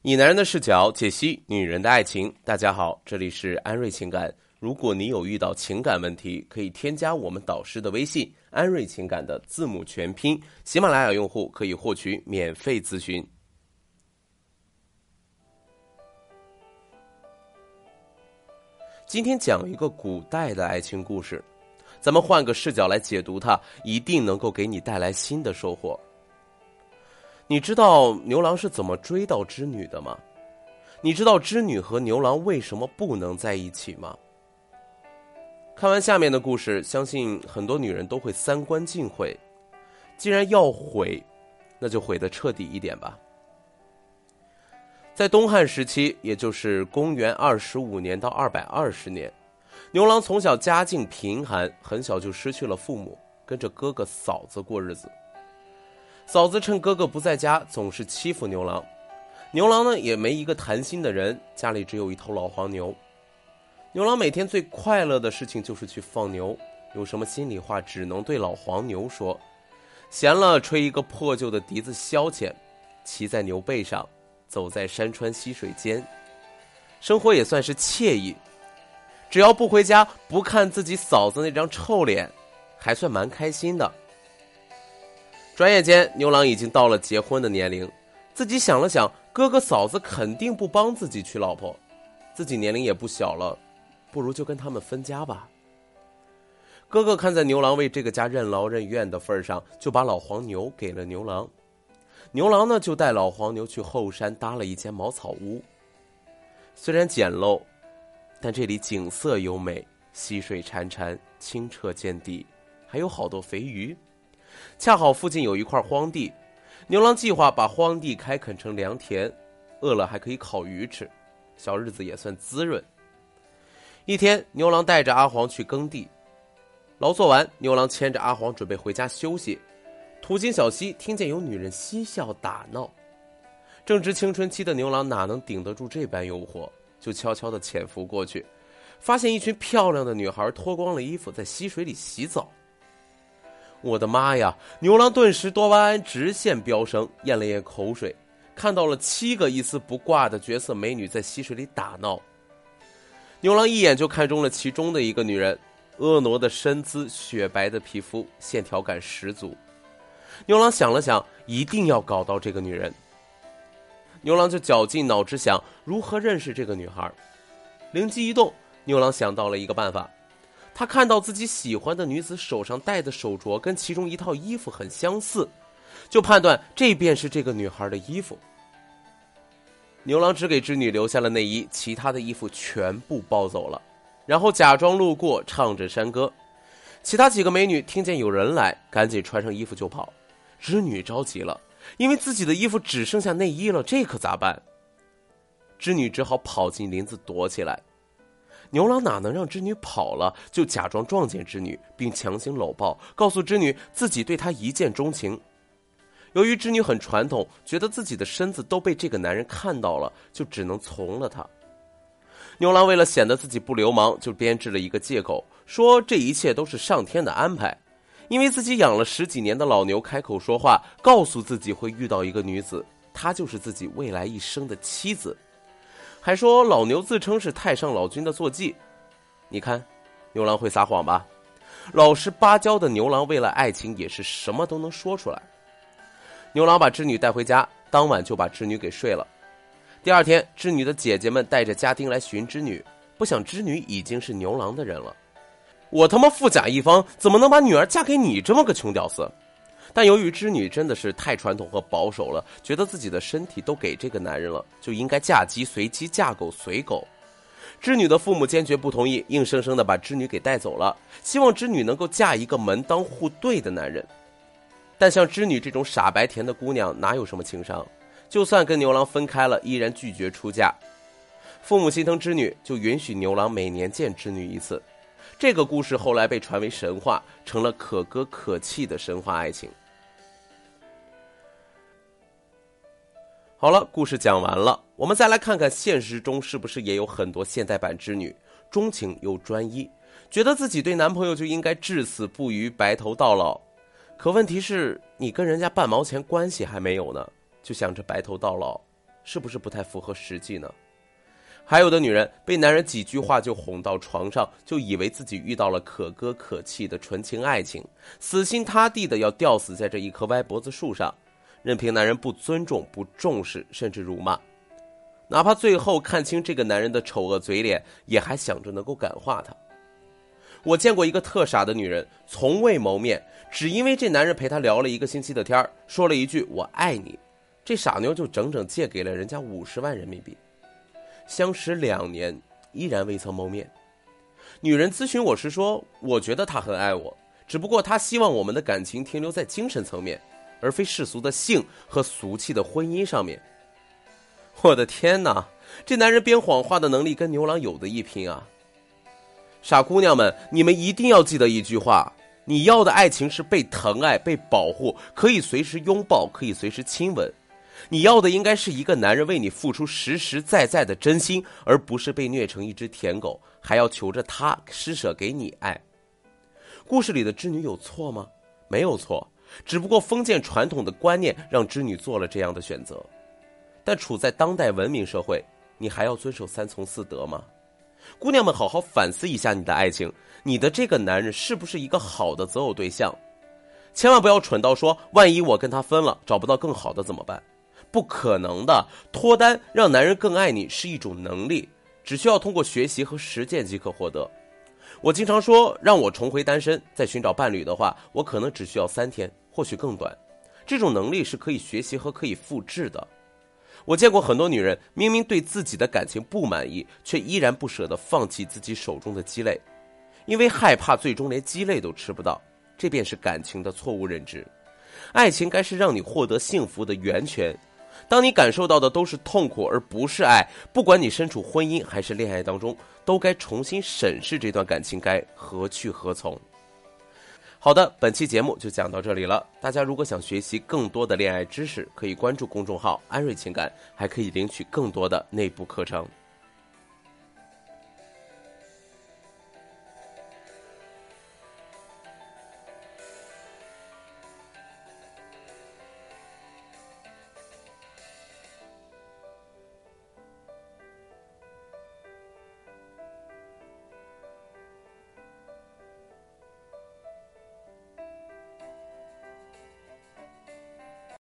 以男人的视角解析女人的爱情。大家好，这里是安瑞情感。如果你有遇到情感问题，可以添加我们导师的微信安瑞情感的字母全拼，喜马拉雅用户可以获取免费咨询。今天讲一个古代的爱情故事，咱们换个视角来解读它，一定能够给你带来新的收获。你知道牛郎是怎么追到织女的吗？你知道织女和牛郎为什么不能在一起吗？看完下面的故事，相信很多女人都会三观尽毁。既然要毁，那就毁得彻底一点吧。在东汉时期，也就是公元25年到220年，牛郎从小家境贫寒，很小就失去了父母，跟着哥哥嫂子过日子。嫂子趁哥哥不在家，总是欺负牛郎。牛郎呢，也没一个谈心的人，家里只有一头老黄牛。牛郎每天最快乐的事情就是去放牛，有什么心里话只能对老黄牛说，闲了吹一个破旧的笛子消遣，骑在牛背上，走在山川溪水间，生活也算是惬意。只要不回家，不看自己嫂子那张臭脸，还算蛮开心的。转眼间，牛郎已经到了结婚的年龄，自己想了想，哥哥嫂子肯定不帮自己娶老婆，自己年龄也不小了，不如就跟他们分家吧。哥哥看在牛郎为这个家任劳任怨的份上，就把老黄牛给了牛郎。牛郎呢，就带老黄牛去后山搭了一间茅草屋。虽然简陋，但这里景色优美，溪水潺潺，清澈见底，还有好多肥鱼。恰好附近有一块荒地，牛郎计划把荒地开垦成良田，饿了还可以烤鱼吃，小日子也算滋润。一天，牛郎带着阿黄去耕地，劳作完，牛郎牵着阿黄准备回家休息。途经小溪，听见有女人嬉笑打闹。正值青春期的牛郎哪能顶得住这般诱惑，就悄悄地潜伏过去，发现一群漂亮的女孩脱光了衣服在溪水里洗澡。我的妈呀！牛郎顿时多巴胺直线飙升，咽了咽口水，看到了7个一丝不挂的绝色美女在溪水里打闹。牛郎一眼就看中了其中的一个女人，婀娜的身姿，雪白的皮肤，线条感十足。牛郎想了想，一定要搞到这个女人。牛郎就绞尽脑汁想如何认识这个女孩。灵机一动，牛郎想到了一个办法。他看到自己喜欢的女子手上戴的手镯跟其中一套衣服很相似，就判断这便是这个女孩的衣服。牛郎只给织女留下了内衣，其他的衣服全部抱走了，然后假装路过，唱着山歌。其他几个美女听见有人来，赶紧穿上衣服就跑。织女着急了，因为自己的衣服只剩下内衣了，这可咋办？织女只好跑进林子躲起来。牛郎哪能让织女跑了，就假装撞见织女，并强行搂抱，告诉织女自己对她一见钟情。由于织女很传统，觉得自己的身子都被这个男人看到了，就只能从了他。牛郎为了显得自己不流氓，就编制了一个借口，说这一切都是上天的安排，因为自己养了10几年的老牛开口说话，告诉自己会遇到一个女子，她就是自己未来一生的妻子。还说老牛自称是太上老君的坐骑。你看，牛郎会撒谎吧？老实巴交的牛郎为了爱情也是什么都能说出来。牛郎把织女带回家，当晚就把织女给睡了。第二天，织女的姐姐们带着家丁来寻织女，不想织女已经是牛郎的人了。我他妈富甲一方，怎么能把女儿嫁给你这么个穷屌丝？但由于织女真的是太传统和保守了，觉得自己的身体都给这个男人了，就应该嫁鸡随鸡，嫁狗随狗。织女的父母坚决不同意，硬生生的把织女给带走了，希望织女能够嫁一个门当户对的男人。但像织女这种傻白甜的姑娘哪有什么情商，就算跟牛郎分开了，依然拒绝出嫁。父母心疼织女，就允许牛郎每年见织女一次。这个故事后来被传为神话，成了可歌可泣的神话爱情。好了，故事讲完了，我们再来看看现实中是不是也有很多现代版织女，钟情又专一，觉得自己对男朋友就应该至死不渝，白头到老。可问题是，你跟人家半毛钱关系还没有呢，就想着白头到老， 是不是不太符合实际呢？还有的女人被男人几句话就哄到床上，就以为自己遇到了可歌可泣的纯情爱情，死心塌地的要吊死在这一棵歪脖子树上，任凭男人不尊重、不重视，甚至辱骂。哪怕最后看清这个男人的丑恶嘴脸，也还想着能够感化他。我见过一个特傻的女人，从未谋面，只因为这男人陪她聊了1个星期的天，说了一句我爱你，这傻妞就整整借给了人家50万人民币。相识2年，依然未曾谋面。女人咨询我时说，我觉得他很爱我，只不过他希望我们的感情停留在精神层面，而非世俗的性和俗气的婚姻上面。我的天哪，这男人编谎话的能力跟牛郎有的一拼啊！傻姑娘们，你们一定要记得一句话，你要的爱情是被疼爱、被保护，可以随时拥抱，可以随时亲吻。你要的应该是一个男人为你付出实实在在的真心，而不是被虐成一只舔狗，还要求着他施舍给你爱。故事里的织女有错吗？没有错，只不过封建传统的观念让织女做了这样的选择。但处在当代文明社会，你还要遵守3从4德吗？姑娘们，好好反思一下你的爱情，你的这个男人是不是一个好的择偶对象？千万不要蠢到说，万一我跟他分了，找不到更好的怎么办？不可能的，脱单让男人更爱你是一种能力，只需要通过学习和实践即可获得。我经常说，让我重回单身，再寻找伴侣的话，我可能只需要3天，或许更短。这种能力是可以学习和可以复制的。我见过很多女人，明明对自己的感情不满意，却依然不舍得放弃自己手中的鸡肋，因为害怕最终连鸡肋都吃不到，这便是感情的错误认知。爱情该是让你获得幸福的源泉，当你感受到的都是痛苦而不是爱，不管你身处婚姻还是恋爱当中，都该重新审视这段感情该何去何从。好的，本期节目就讲到这里了。大家如果想学习更多的恋爱知识，可以关注公众号安瑞情感，还可以领取更多的内部课程。